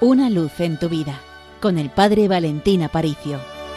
Una luz en tu vida, con el Padre Valentín Aparicio.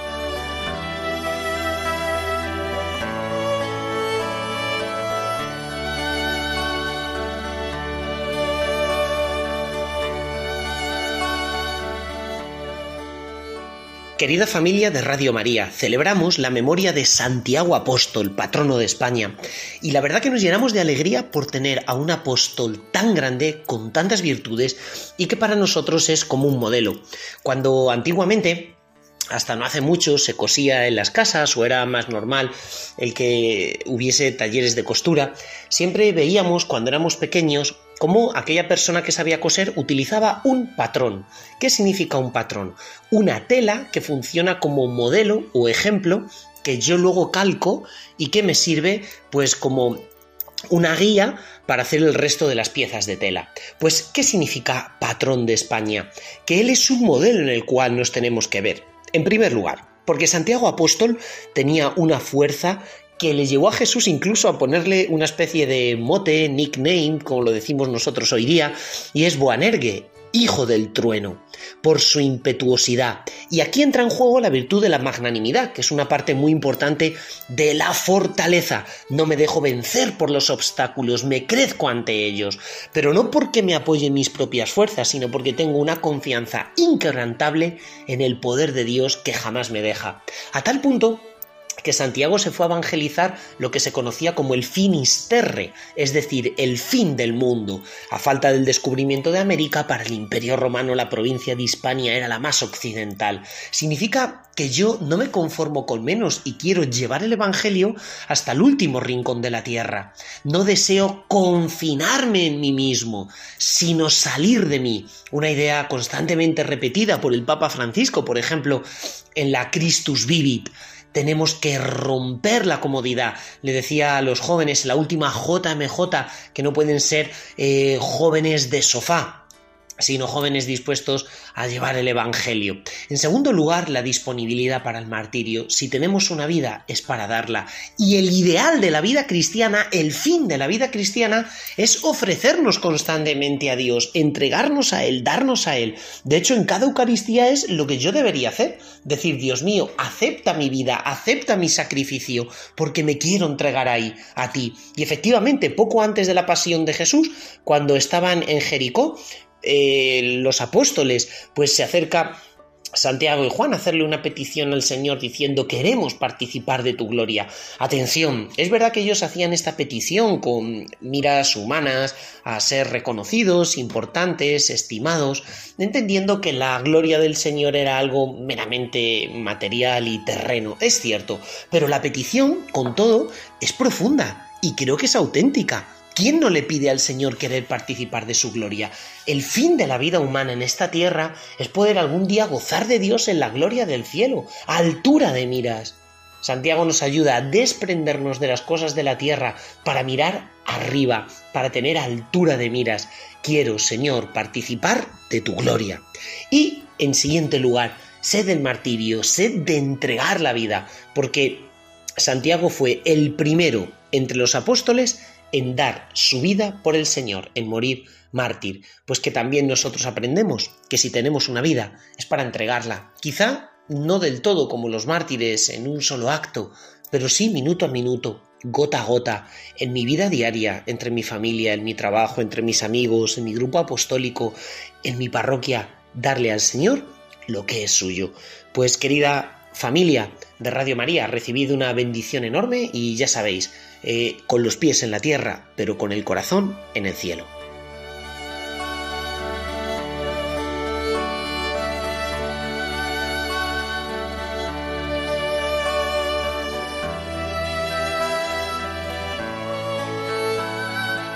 Querida familia de Radio María, celebramos la memoria de Santiago Apóstol, patrono de España, y la verdad que nos llenamos de alegría por tener a un apóstol tan grande, con tantas virtudes, y que para nosotros es como un modelo. Cuando antiguamente, hasta no hace mucho, se cosía en las casas o era más normal el que hubiese talleres de costura, siempre veíamos cuando éramos pequeños cómo aquella persona que sabía coser utilizaba un patrón. ¿Qué significa un patrón? Una tela que funciona como modelo o ejemplo que yo luego calco y que me sirve pues como una guía para hacer el resto de las piezas de tela. Pues, ¿qué significa patrón de España? Que él es un modelo en el cual nos tenemos que ver. En primer lugar, porque Santiago Apóstol tenía una fuerza que le llevó a Jesús incluso a ponerle una especie de mote, nickname, como lo decimos nosotros hoy día, y es Boanerge, hijo del trueno, por su impetuosidad. Y aquí entra en juego la virtud de la magnanimidad, que es una parte muy importante de la fortaleza. No me dejo vencer por los obstáculos, me crezco ante ellos, pero no porque me apoye en mis propias fuerzas, sino porque tengo una confianza inquebrantable en el poder de Dios que jamás me deja. A tal punto que Santiago se fue a evangelizar lo que se conocía como el Finisterre, es decir, el fin del mundo. A falta del descubrimiento de América, para el Imperio Romano la provincia de Hispania era la más occidental. Significa que yo no me conformo con menos y quiero llevar el Evangelio hasta el último rincón de la tierra. No deseo confinarme en mí mismo, sino salir de mí. Una idea constantemente repetida por el Papa Francisco, por ejemplo, en la Christus Vivit. Tenemos que romper la comodidad. Le decía a los jóvenes en la última JMJ que no pueden ser jóvenes de sofá, sino jóvenes dispuestos a llevar el Evangelio. En segundo lugar, la disponibilidad para el martirio. Si tenemos una vida, es para darla. Y el ideal de la vida cristiana, el fin de la vida cristiana, es ofrecernos constantemente a Dios, entregarnos a Él, darnos a Él. De hecho, en cada Eucaristía es lo que yo debería hacer. Decir, Dios mío, acepta mi vida, acepta mi sacrificio, porque me quiero entregar ahí, a ti. Y efectivamente, poco antes de la pasión de Jesús, cuando estaban en Jericó, los apóstoles, pues se acerca Santiago y Juan a hacerle una petición al Señor diciendo: queremos participar de tu gloria. Atención, es verdad que ellos hacían esta petición con miras humanas a ser reconocidos, importantes, estimados, entendiendo que la gloria del Señor era algo meramente material y terreno. Es cierto, pero la petición, con todo, es profunda y creo que es auténtica. ¿Quién no le pide al Señor querer participar de su gloria? El fin de la vida humana en esta tierra es poder algún día gozar de Dios en la gloria del cielo, a altura de miras. Santiago nos ayuda a desprendernos de las cosas de la tierra para mirar arriba, para tener altura de miras. Quiero, Señor, participar de tu gloria. Y, en siguiente lugar, sed del martirio, sed de entregar la vida, porque Santiago fue el primero entre los apóstoles en dar su vida por el Señor, en morir mártir, pues que también nosotros aprendemos que si tenemos una vida es para entregarla, quizá no del todo como los mártires en un solo acto, pero sí minuto a minuto, gota a gota, en mi vida diaria, entre mi familia, en mi trabajo, entre mis amigos, en mi grupo apostólico, en mi parroquia, darle al Señor lo que es suyo. Pues querida familia de Radio María, recibid una bendición enorme y ya sabéis, con los pies en la tierra, pero con el corazón en el cielo.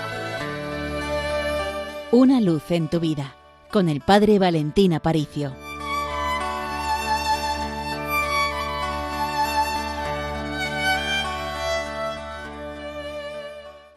Una luz en tu vida, con el Padre Valentín Aparicio.